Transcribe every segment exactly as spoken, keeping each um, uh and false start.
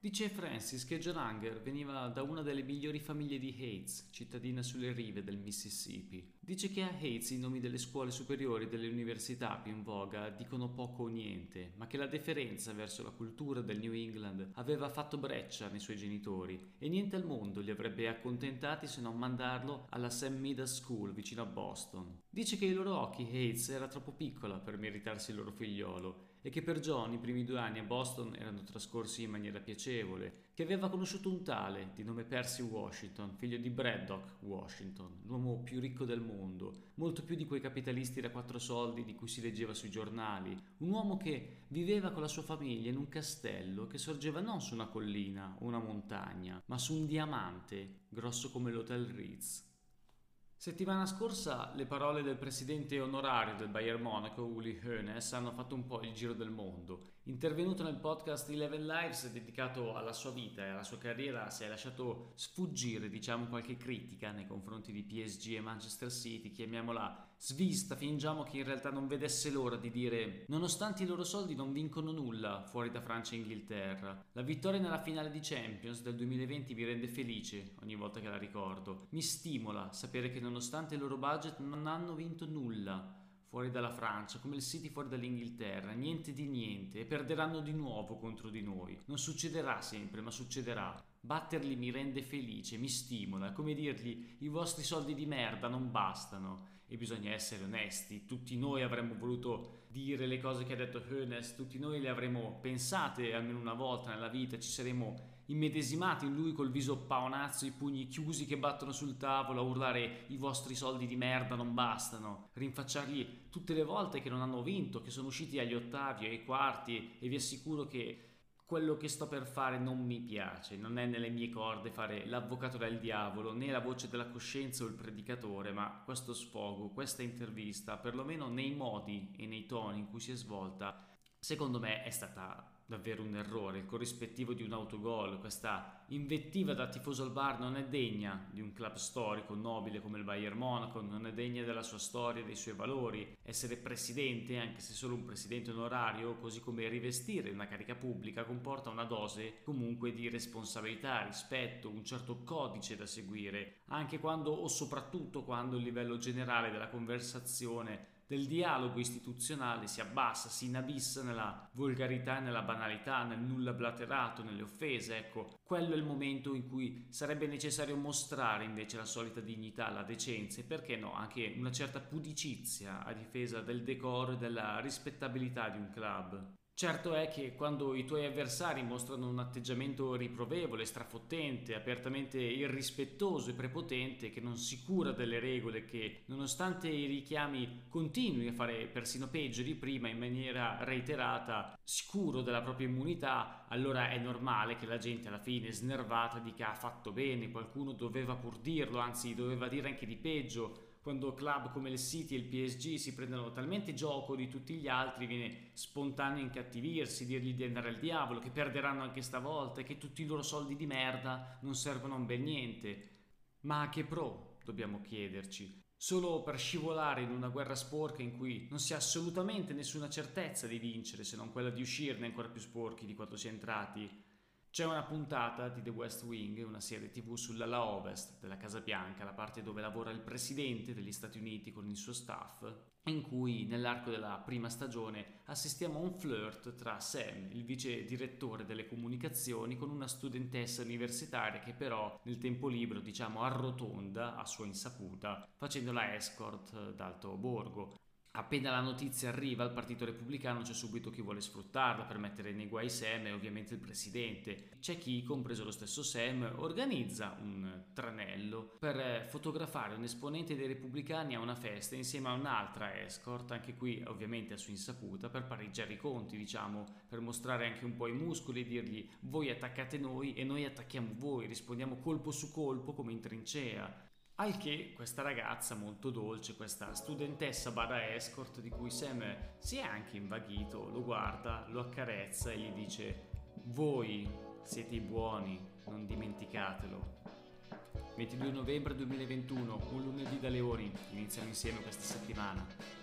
Dice Francis che John Unger veniva da una delle migliori famiglie di Heights, cittadina sulle rive del Mississippi. Dice che a Heights i nomi delle scuole superiori e delle università più in voga dicono poco o niente, ma che la deferenza verso la cultura del New England aveva fatto breccia nei suoi genitori e niente al mondo li avrebbe accontentati se non mandarlo alla Sam Middle School vicino a Boston. Dice che ai loro occhi Heights era troppo piccola per meritarsi il loro figliolo e che per John i primi due anni a Boston erano trascorsi in maniera piacevole, che aveva conosciuto un tale di nome Percy Washington, figlio di Braddock Washington, l'uomo più ricco del mondo, molto più di quei capitalisti da quattro soldi di cui si leggeva sui giornali, un uomo che viveva con la sua famiglia in un castello che sorgeva non su una collina o una montagna, ma su un diamante grosso come l'Hotel Ritz. Settimana scorsa le parole del presidente onorario del Bayern Monaco, Uli Hoeneß, hanno fatto un po' il giro del mondo. Intervenuto nel podcast Eleven Lives dedicato alla sua vita e alla sua carriera, si è lasciato sfuggire, diciamo, qualche critica nei confronti di P S G e Manchester City, chiamiamola svista, fingiamo che in realtà non vedesse l'ora di dire: nonostante i loro soldi non vincono nulla fuori da Francia e Inghilterra. La vittoria nella finale di Champions del duemilaventi mi rende felice ogni volta che la ricordo. Mi stimola sapere che nonostante il loro budget non hanno vinto nulla fuori dalla Francia, come il City fuori dall'Inghilterra, niente di niente, e perderanno di nuovo contro di noi. Non succederà sempre, ma succederà. Batterli mi rende felice, mi stimola, è come dirgli: i vostri soldi di merda non bastano. E bisogna essere onesti, tutti noi avremmo voluto dire le cose che ha detto Hoeneß, tutti noi le avremmo pensate almeno una volta nella vita, ci saremmo immedesimati in lui col viso paonazzo, i pugni chiusi che battono sul tavolo a urlare: i vostri soldi di merda non bastano, rinfacciargli tutte le volte che non hanno vinto, che sono usciti agli ottavi o ai quarti, e vi assicuro che quello che sto per fare non mi piace, non è nelle mie corde fare l'avvocato del diavolo, né la voce della coscienza o il predicatore, ma questo sfogo, questa intervista, perlomeno nei modi e nei toni in cui si è svolta, secondo me è stata davvero un errore. Il corrispettivo di un autogol, questa invettiva da tifoso al bar non è degna di un club storico nobile come il Bayern Monaco, non è degna della sua storia e dei suoi valori. Essere presidente, anche se solo un presidente onorario, così come rivestire una carica pubblica, comporta una dose comunque di responsabilità, rispetto, un certo codice da seguire, anche quando o soprattutto quando il livello generale della conversazione, del dialogo istituzionale si abbassa, si inabissa nella volgarità e nella banalità, nel nulla blaterato, nelle offese. Ecco, quello è il momento in cui sarebbe necessario mostrare invece la solita dignità, la decenza e, perché no, anche una certa pudicizia a difesa del decoro e della rispettabilità di un club. Certo è che quando i tuoi avversari mostrano un atteggiamento riprovevole, strafottente, apertamente irrispettoso e prepotente, che non si cura delle regole, che nonostante i richiami continui a fare persino peggio di prima in maniera reiterata, sicuro della propria immunità, allora è normale che la gente alla fine, snervata, dica: ha fatto bene, qualcuno doveva pur dirlo, anzi doveva dire anche di peggio. Quando club come il City e il P S G si prendono talmente gioco di tutti gli altri, viene spontaneo incattivirsi, dirgli di andare al diavolo, che perderanno anche stavolta e che tutti i loro soldi di merda non servono a un bel niente. Ma a che pro, dobbiamo chiederci? Solo per scivolare in una guerra sporca in cui non si ha assolutamente nessuna certezza di vincere, se non quella di uscirne ancora più sporchi di quanto si è entrati. C'è una puntata di The West Wing, una serie tv sull'ala ovest della Casa Bianca, la parte dove lavora il presidente degli Stati Uniti con il suo staff, in cui nell'arco della prima stagione assistiamo a un flirt tra Sam, il vice direttore delle comunicazioni, con una studentessa universitaria che però nel tempo libero, diciamo, arrotonda a sua insaputa, facendola escort d'alto borgo. Appena la notizia arriva al Partito Repubblicano c'è subito chi vuole sfruttarla per mettere nei guai Sam e ovviamente il presidente. C'è chi, compreso lo stesso Sam, organizza un tranello per fotografare un esponente dei repubblicani a una festa insieme a un'altra escort, anche qui ovviamente a sua insaputa, per pareggiare i conti, diciamo, per mostrare anche un po' i muscoli e dirgli: voi attaccate noi e noi attacchiamo voi, rispondiamo colpo su colpo come in trincea. Al che questa ragazza molto dolce, questa studentessa barra escort di cui Sam si è anche invaghito, lo guarda, lo accarezza e gli dice: voi siete i buoni, non dimenticatelo. ventidue novembre duemilaventuno, un lunedì da leoni, iniziamo insieme questa settimana.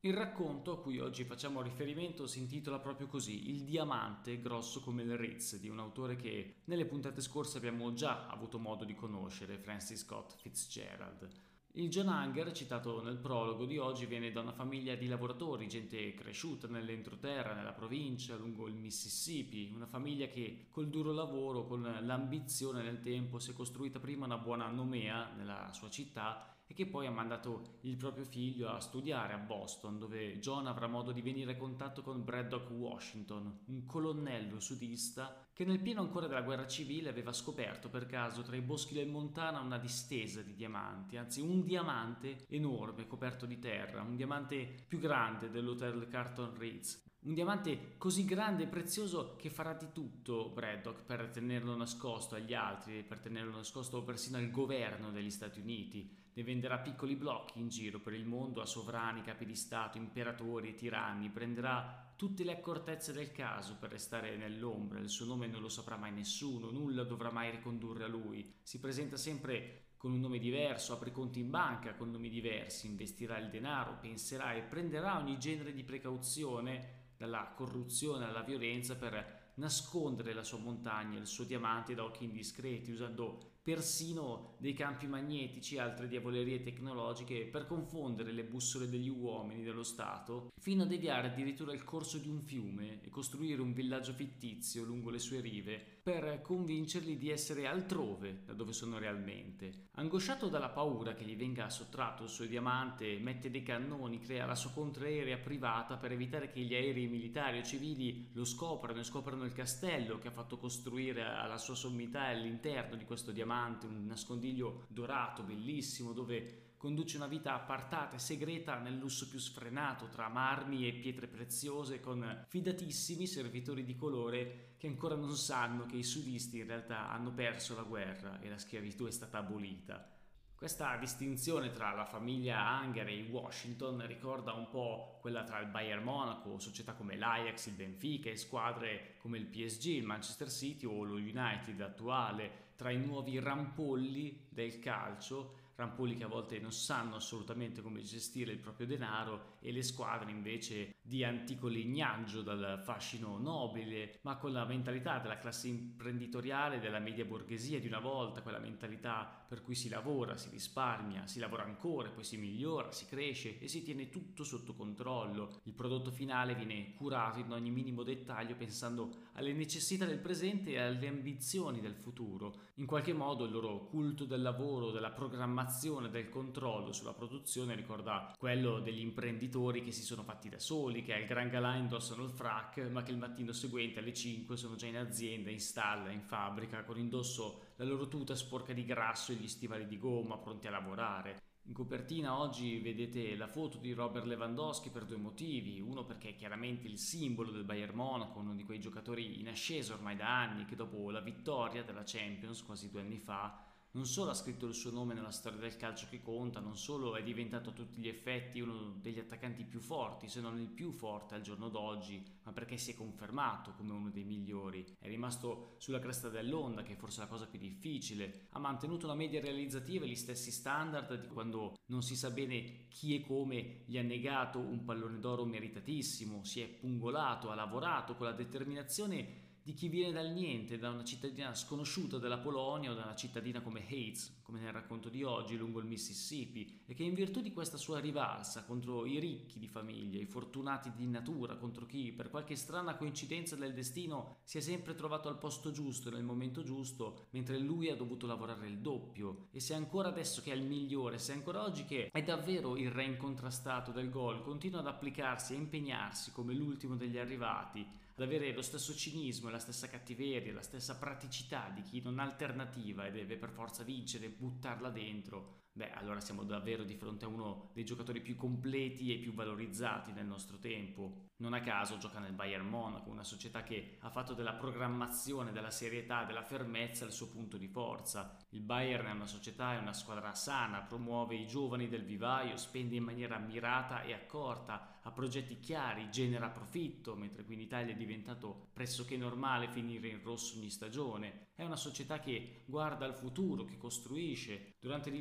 Il racconto a cui oggi facciamo riferimento si intitola proprio così: Il diamante grosso come il Ritz, di un autore che nelle puntate scorse abbiamo già avuto modo di conoscere, Francis Scott Fitzgerald. Il John Hunger, citato nel prologo di oggi, viene da una famiglia di lavoratori, gente cresciuta nell'entroterra, nella provincia, lungo il Mississippi, una famiglia che col duro lavoro, con l'ambizione nel tempo, si è costruita prima una buona nomea nella sua città e che poi ha mandato il proprio figlio a studiare a Boston, dove John avrà modo di venire a contatto con Braddock Washington, un colonnello sudista che nel pieno ancora della guerra civile aveva scoperto per caso tra i boschi del Montana una distesa di diamanti, anzi un diamante enorme coperto di terra, un diamante più grande dell'Hotel Carlton Ritz. Un diamante così grande e prezioso che farà di tutto Braddock per tenerlo nascosto agli altri, per tenerlo nascosto persino al governo degli Stati Uniti. Ne venderà piccoli blocchi in giro per il mondo a sovrani, capi di stato, imperatori e tiranni. Prenderà tutte le accortezze del caso per restare nell'ombra. Il suo nome non lo saprà mai nessuno, nulla dovrà mai ricondurre a lui. Si presenta sempre con un nome diverso, apre conti in banca con nomi diversi, investirà il denaro, penserà e prenderà ogni genere di precauzione, dalla corruzione alla violenza, per nascondere la sua montagna, il suo diamante da occhi indiscreti, usando persino dei campi magnetici e altre diavolerie tecnologiche per confondere le bussole degli uomini dello Stato, fino a deviare addirittura il corso di un fiume e costruire un villaggio fittizio lungo le sue rive per convincerli di essere altrove da dove sono realmente. Angosciato dalla paura che gli venga sottratto il suo diamante, mette dei cannoni, crea la sua contraerea privata per evitare che gli aerei militari o civili lo scoprano e scoprano il castello che ha fatto costruire alla sua sommità all'interno di questo diamante, un nascondiglio dorato bellissimo dove conduce una vita appartata e segreta nel lusso più sfrenato, tra marmi e pietre preziose, con fidatissimi servitori di colore che ancora non sanno che i sudisti in realtà hanno perso la guerra e la schiavitù è stata abolita. Questa distinzione tra la famiglia Hunger e i Washington ricorda un po' quella tra il Bayern Monaco, società come l'Ajax, il Benfica e squadre come il P S G, il Manchester City o lo United attuale, tra i nuovi rampolli del calcio, rampolli che a volte non sanno assolutamente come gestire il proprio denaro, e le squadre invece di antico lignaggio dal fascino nobile, ma con la mentalità della classe imprenditoriale della media borghesia di una volta, quella mentalità per cui si lavora, si risparmia, si lavora ancora, poi si migliora, si cresce e si tiene tutto sotto controllo. Il prodotto finale viene curato in ogni minimo dettaglio pensando alle necessità del presente e alle ambizioni del futuro. In qualche modo il loro culto del lavoro, della programmazione, del controllo sulla produzione ricorda quello degli imprenditori che si sono fatti da soli, che al gran galà indossano il frac, ma che il mattino seguente alle cinque sono già in azienda, in stalla, in fabbrica, con indosso la loro tuta sporca di grasso e gli stivali di gomma, pronti a lavorare. In copertina oggi vedete la foto di Robert Lewandowski per due motivi: uno perché è chiaramente il simbolo del Bayern Monaco, uno di quei giocatori in ascesa ormai da anni che dopo la vittoria della Champions quasi due anni fa non solo ha scritto il suo nome nella storia del calcio che conta, non solo è diventato a tutti gli effetti uno degli attaccanti più forti, se non il più forte al giorno d'oggi, ma perché si è confermato come uno dei migliori. È rimasto sulla cresta dell'onda, che è forse la cosa più difficile. Ha mantenuto una media realizzativa e gli stessi standard di quando non si sa bene chi e come gli ha negato un pallone d'oro meritatissimo. Si è pungolato, ha lavorato con la determinazione di chi viene dal niente, da una cittadina sconosciuta della Polonia o da una cittadina come Heights, come nel racconto di oggi, lungo il Mississippi, e che in virtù di questa sua rivalsa contro i ricchi di famiglia, i fortunati di natura, contro chi, per qualche strana coincidenza del destino, si è sempre trovato al posto giusto nel momento giusto, mentre lui ha dovuto lavorare il doppio. E se ancora adesso che è il migliore, se ancora oggi che è davvero il re incontrastato del gol, continua ad applicarsi e impegnarsi come l'ultimo degli arrivati, ad avere lo stesso cinismo e la stessa cattiveria, la stessa praticità di chi non ha alternativa e deve per forza vincere e buttarla dentro, beh, allora siamo davvero di fronte a uno dei giocatori più completi e più valorizzati nel nostro tempo. Non a caso gioca nel Bayern Monaco, una società che ha fatto della programmazione, della serietà, della fermezza il suo punto di forza. Il Bayern è una società, è una squadra sana, promuove i giovani del vivaio, spende in maniera mirata e accorta, ha progetti chiari, genera profitto, mentre qui in Italia è diventato pressoché normale finire in rosso ogni stagione. È una società che guarda al futuro, che costruisce. Durante l'intervista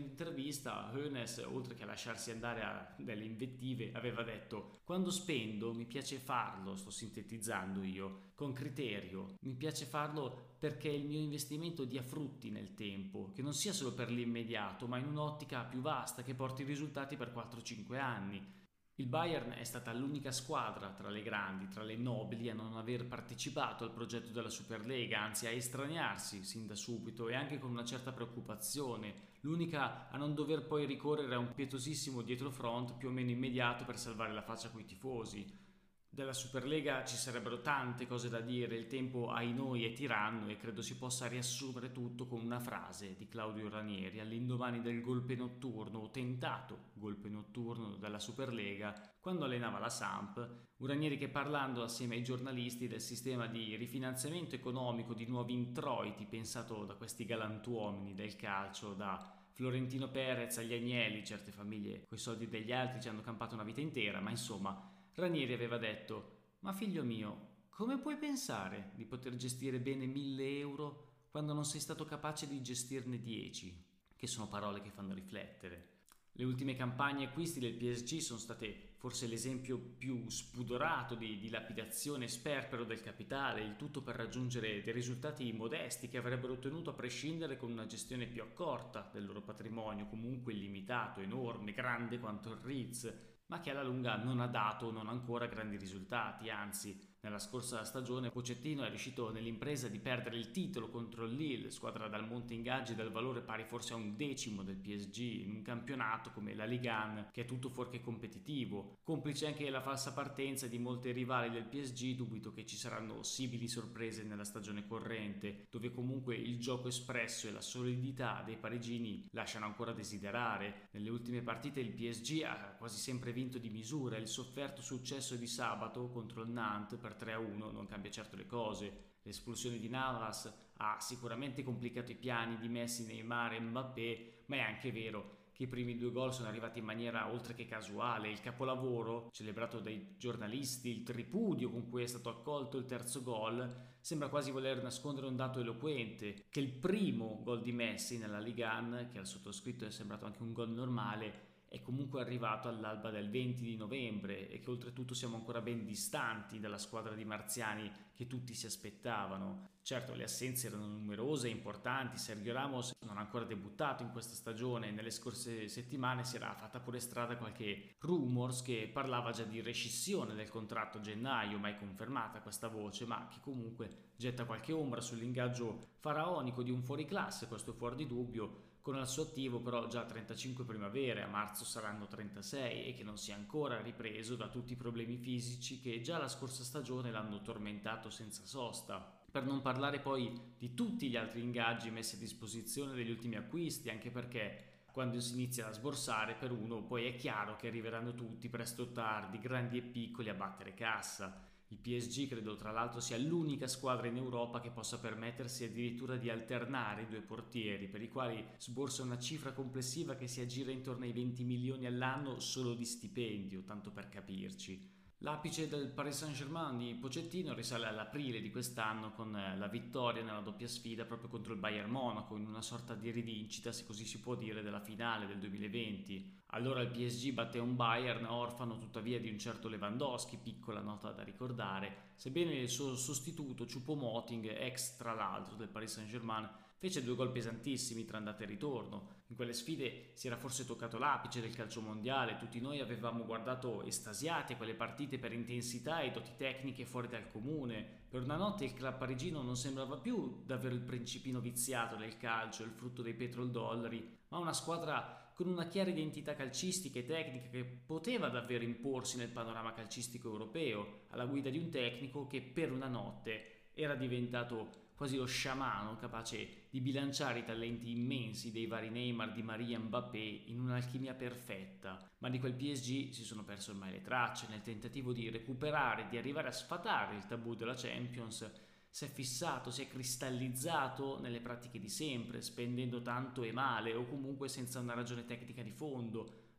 un'intervista Hoeneß, oltre che a lasciarsi andare a delle invettive, aveva detto: quando spendo mi piace farlo, sto sintetizzando io, con criterio, mi piace farlo perché il mio investimento dia frutti nel tempo, che non sia solo per l'immediato, ma in un'ottica più vasta che porti risultati per quattro cinque anni. Il Bayern è stata l'unica squadra tra le grandi, tra le nobili, a non aver partecipato al progetto della Superlega, anzi a estraniarsi sin da subito e anche con una certa preoccupazione, l'unica a non dover poi ricorrere a un pietosissimo dietrofront più o meno immediato per salvare la faccia coi tifosi. Della Superlega ci sarebbero tante cose da dire, il tempo ai noi è tiranno e credo si possa riassumere tutto con una frase di Claudio Ranieri all'indomani del golpe notturno o tentato golpe notturno della Superlega quando allenava la Samp, un Ranieri che, parlando assieme ai giornalisti del sistema di rifinanziamento economico di nuovi introiti pensato da questi galantuomini del calcio, da Florentino Perez agli Agnelli, certe famiglie coi soldi degli altri ci hanno campato una vita intera, ma insomma Ranieri aveva detto: ma figlio mio, come puoi pensare di poter gestire bene mille euro quando non sei stato capace di gestirne dieci? Che sono parole che fanno riflettere. Le ultime campagne acquisti del P S G sono state forse l'esempio più spudorato di dilapidazione e sperpero del capitale, il tutto per raggiungere dei risultati modesti che avrebbero ottenuto a prescindere con una gestione più accorta del loro patrimonio, comunque illimitato, enorme, grande quanto il Ritz, ma che alla lunga non ha dato non ancora grandi risultati, anzi nella scorsa stagione Pochettino è riuscito nell'impresa di perdere il titolo contro il Lille, squadra dal monte ingaggi dal valore pari forse a un decimo del P S G, in un campionato come la Ligue uno che è tutto fuorché competitivo. Complice anche la falsa partenza di molti rivali del P S G, dubito che ci saranno simili sorprese nella stagione corrente, dove comunque il gioco espresso e la solidità dei parigini lasciano ancora desiderare. Nelle ultime partite il P S G ha quasi sempre vinto di misura, il sofferto successo di sabato contro il Nantes per tre a uno non cambia certo le cose. L'espulsione di Navas ha sicuramente complicato i piani di Messi, Neymar e Mbappé, ma è anche vero che i primi due gol sono arrivati in maniera oltre che casuale. Il capolavoro, celebrato dai giornalisti, il tripudio con cui è stato accolto il terzo gol, sembra quasi voler nascondere un dato eloquente, che il primo gol di Messi nella Ligue uno, che al sottoscritto è sembrato anche un gol normale, è comunque arrivato all'alba del venti di novembre e che oltretutto siamo ancora ben distanti dalla squadra di marziani che tutti si aspettavano. Certo, le assenze erano numerose e importanti. Sergio Ramos non ha ancora debuttato in questa stagione, nelle scorse settimane si era fatta pure strada qualche rumors che parlava già di rescissione del contratto a gennaio, mai confermata questa voce, ma che comunque getta qualche ombra sull'ingaggio faraonico di un fuoriclasse, questo è fuori di dubbio, con al suo attivo però già trentacinque primavere, a marzo saranno trentasei, e che non si è ancora ripreso da tutti i problemi fisici che già la scorsa stagione l'hanno tormentato senza sosta. Per non parlare poi di tutti gli altri ingaggi messi a disposizione degli ultimi acquisti, anche perché quando si inizia a sborsare per uno poi è chiaro che arriveranno tutti presto o tardi, grandi e piccoli, a battere cassa. Il P S G credo tra l'altro sia l'unica squadra in Europa che possa permettersi addirittura di alternare i due portieri, per i quali sborsa una cifra complessiva che si aggira intorno ai venti milioni all'anno solo di stipendio, tanto per capirci. L'apice del Paris Saint-Germain di Pochettino risale all'aprile di quest'anno con la vittoria nella doppia sfida proprio contro il Bayern Monaco, in una sorta di rivincita, se così si può dire, della finale del duemilaventi. Allora il P S G batté un Bayern orfano tuttavia di un certo Lewandowski, piccola nota da ricordare, sebbene il suo sostituto Choupo-Moting, ex tra l'altro del Paris Saint-Germain, fece due gol pesantissimi tra andata e ritorno. In quelle sfide si era forse toccato l'apice del calcio mondiale, tutti noi avevamo guardato estasiati a quelle partite per intensità e doti tecniche fuori dal comune. Per una notte il club parigino non sembrava più davvero il principino viziato del calcio, il frutto dei petrodollari, ma una squadra con una chiara identità calcistica e tecnica che poteva davvero imporsi nel panorama calcistico europeo, alla guida di un tecnico che per una notte era diventato quasi lo sciamano, capace di bilanciare i talenti immensi dei vari Neymar, Di Maria, Mbappé in un'alchimia perfetta. Ma di quel P S G si sono perse ormai le tracce nel tentativo di recuperare, di arrivare a sfatare il tabù della Champions. Si è fissato, si è cristallizzato nelle pratiche di sempre, spendendo tanto e male o comunque senza una ragione tecnica di fondo,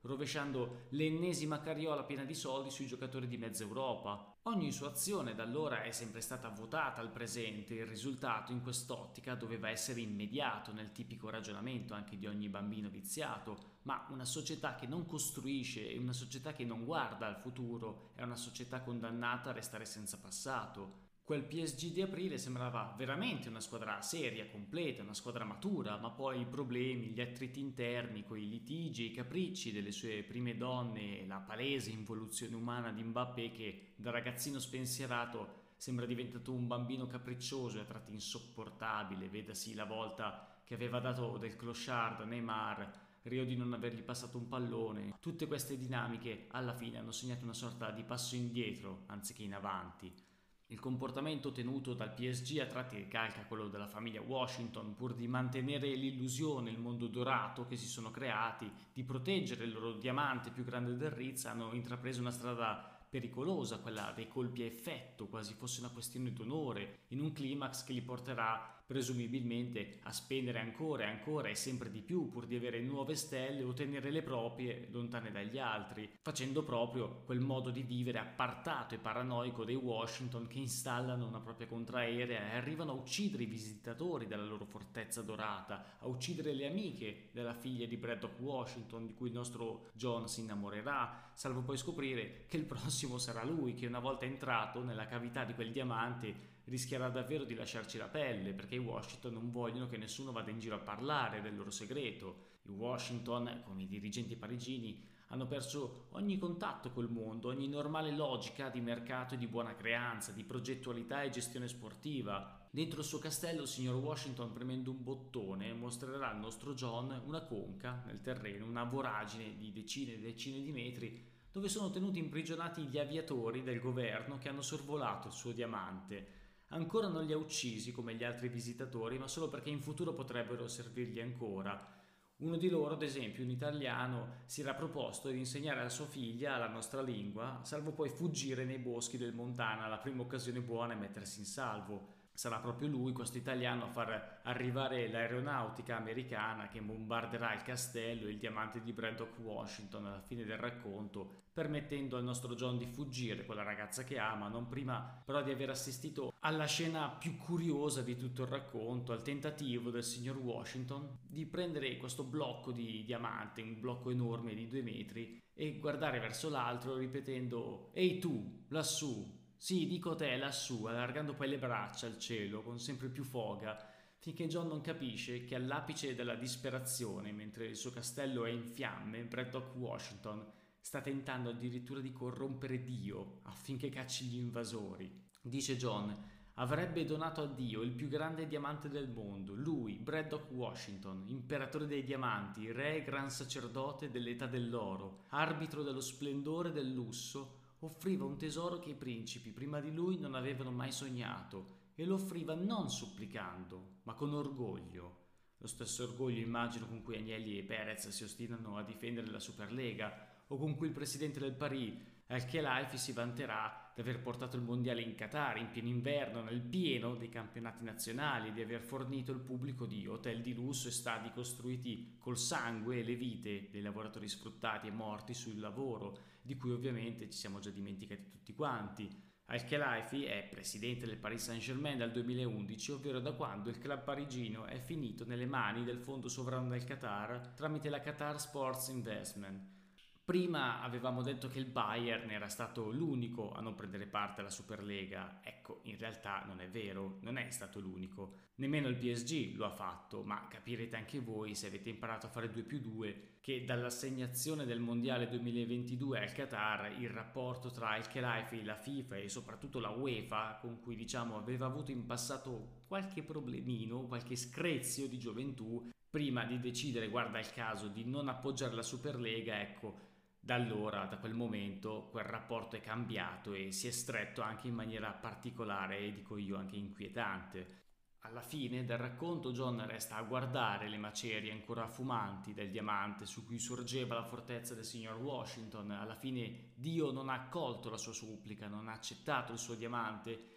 rovesciando l'ennesima carriola piena di soldi sui giocatori di mezza Europa. Ogni sua azione da allora è sempre stata votata al presente, il risultato in quest'ottica doveva essere immediato nel tipico ragionamento anche di ogni bambino viziato, ma una società che non costruisce e una società che non guarda al futuro è una società condannata a restare senza passato. Quel P S G di aprile sembrava veramente una squadra seria, completa, una squadra matura, ma poi i problemi, gli attriti interni, coi litigi, i capricci delle sue prime donne e la palese involuzione umana di Mbappé che da ragazzino spensierato sembra diventato un bambino capriccioso e a tratti insopportabile, vedasi la volta che aveva dato del clochard a Neymar, Rio di non avergli passato un pallone. Tutte queste dinamiche alla fine hanno segnato una sorta di passo indietro anziché in avanti. Il comportamento tenuto dal P S G a tratti ricalca quello della famiglia Washington, pur di mantenere l'illusione, il mondo dorato che si sono creati, di proteggere il loro diamante più grande del Ritz, hanno intrapreso una strada pericolosa, quella dei colpi a effetto, quasi fosse una questione d'onore, in un climax che li porterà presumibilmente a spendere ancora e ancora e sempre di più pur di avere nuove stelle o tenere le proprie lontane dagli altri, facendo proprio quel modo di vivere appartato e paranoico dei Washington che installano una propria contraerea e arrivano a uccidere i visitatori della loro fortezza dorata, a uccidere le amiche della figlia di Braddock Washington di cui il nostro John si innamorerà, salvo poi scoprire che il prossimo sarà lui, che una volta entrato nella cavità di quel diamante rischierà davvero di lasciarci la pelle, perché i Washington non vogliono che nessuno vada in giro a parlare del loro segreto. I Washington, come i dirigenti parigini, hanno perso ogni contatto col mondo, ogni normale logica di mercato e di buona creanza, di progettualità e gestione sportiva. Dentro il suo castello il signor Washington, premendo un bottone, mostrerà al nostro John una conca nel terreno, una voragine di decine e decine di metri, dove sono tenuti imprigionati gli aviatori del governo che hanno sorvolato il suo diamante. Ancora non li ha uccisi come gli altri visitatori, ma solo perché in futuro potrebbero servirgli ancora. Uno di loro, ad esempio, un italiano, si era proposto di insegnare a sua figlia la nostra lingua, salvo poi fuggire nei boschi del Montana alla prima occasione buona e mettersi in salvo. Sarà proprio lui, questo italiano, a far arrivare l'aeronautica americana che bombarderà il castello e il diamante di Braddock Washington alla fine del racconto, permettendo al nostro John di fuggire con la ragazza che ama, non prima però di aver assistito alla scena più curiosa di tutto il racconto, al tentativo del signor Washington di prendere questo blocco di diamante, un blocco enorme di due metri, e guardare verso l'altro ripetendo «Ehi tu, lassù!» Sì, dico te, lassù, allargando poi le braccia al cielo con sempre più foga, finché John non capisce che all'apice della disperazione, mentre il suo castello è in fiamme, Braddock Washington sta tentando addirittura di corrompere Dio affinché cacci gli invasori. Dice John, avrebbe donato a Dio il più grande diamante del mondo, lui, Braddock Washington, imperatore dei diamanti, re e gran sacerdote dell'età dell'oro, arbitro dello splendore e del lusso, offriva un tesoro che i principi prima di lui non avevano mai sognato e lo offriva non supplicando, ma con orgoglio. Lo stesso orgoglio, immagino, con cui Agnelli e Perez si ostinano a difendere la Superlega o con cui il presidente del Paris, Al-Khelaifi, si vanterà di aver portato il mondiale in Qatar in pieno inverno, nel pieno dei campionati nazionali, e di aver fornito il pubblico di hotel di lusso e stadi costruiti col sangue e le vite dei lavoratori sfruttati e morti sul lavoro, di cui ovviamente ci siamo già dimenticati tutti quanti. Al-Khelaifi è presidente del Paris Saint-Germain dal duemilaundici, ovvero da quando il club parigino è finito nelle mani del fondo sovrano del Qatar tramite la Qatar Sports Investment. Prima avevamo detto che il Bayern era stato l'unico a non prendere parte alla Superlega. Ecco, in realtà non è vero, non è stato l'unico. Nemmeno il P S G lo ha fatto, ma capirete anche voi, se avete imparato a fare due più due, che dall'assegnazione del Mondiale duemilaventidue al Qatar il rapporto tra Al-Khelaifi, la FIFA e soprattutto la UEFA, con cui diciamo aveva avuto in passato qualche problemino, qualche screzio di gioventù, prima di decidere, guarda il caso, di non appoggiare la Superlega, ecco, da allora, da quel momento, quel rapporto è cambiato e si è stretto anche in maniera particolare e, dico io, anche inquietante. Alla fine del racconto John resta a guardare le macerie ancora fumanti del diamante su cui sorgeva la fortezza del signor Washington. Alla fine Dio non ha accolto la sua supplica, non ha accettato il suo diamante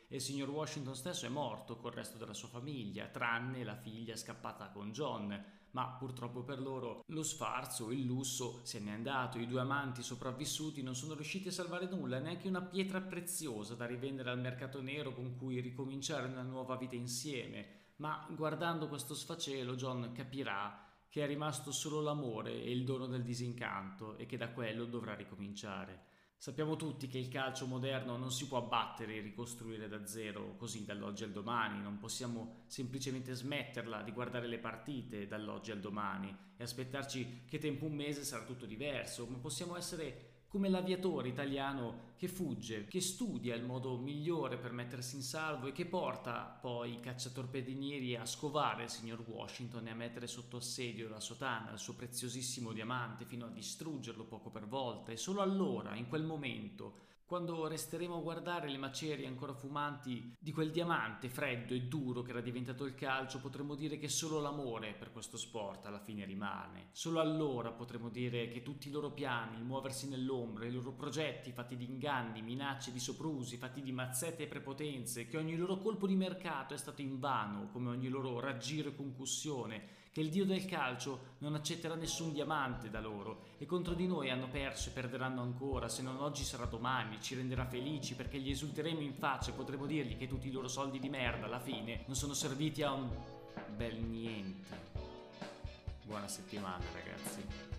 e il signor Washington stesso è morto col resto della sua famiglia, tranne la figlia scappata con John. Ma purtroppo per loro lo sfarzo, il lusso se n'è andato, i due amanti sopravvissuti non sono riusciti a salvare nulla, neanche una pietra preziosa da rivendere al mercato nero con cui ricominciare una nuova vita insieme. Ma guardando questo sfacelo John capirà che è rimasto solo l'amore e il dono del disincanto e che da quello dovrà ricominciare. Sappiamo tutti che il calcio moderno non si può abbattere e ricostruire da zero così dall'oggi al domani, non possiamo semplicemente smetterla di guardare le partite dall'oggi al domani e aspettarci che tempo un mese sarà tutto diverso, ma possiamo essere come l'aviatore italiano che fugge, che studia il modo migliore per mettersi in salvo e che porta poi i cacciatorpedinieri a scovare il signor Washington e a mettere sotto assedio la sotana, il suo preziosissimo diamante, fino a distruggerlo poco per volta. E solo allora, in quel momento, quando resteremo a guardare le macerie ancora fumanti di quel diamante freddo e duro che era diventato il calcio, potremo dire che solo l'amore per questo sport alla fine rimane. Solo allora potremo dire che tutti i loro piani, il muoversi nell'ombra, i loro progetti fatti di inganni, minacce, di soprusi, fatti di mazzette e prepotenze, che ogni loro colpo di mercato è stato invano, come ogni loro raggiro e concussione, che il dio del calcio non accetterà nessun diamante da loro e contro di noi hanno perso e perderanno ancora, se non oggi sarà domani, ci renderà felici perché gli esulteremo in faccia e potremo dirgli che tutti i loro soldi di merda alla fine non sono serviti a un bel niente. Buona settimana ragazzi.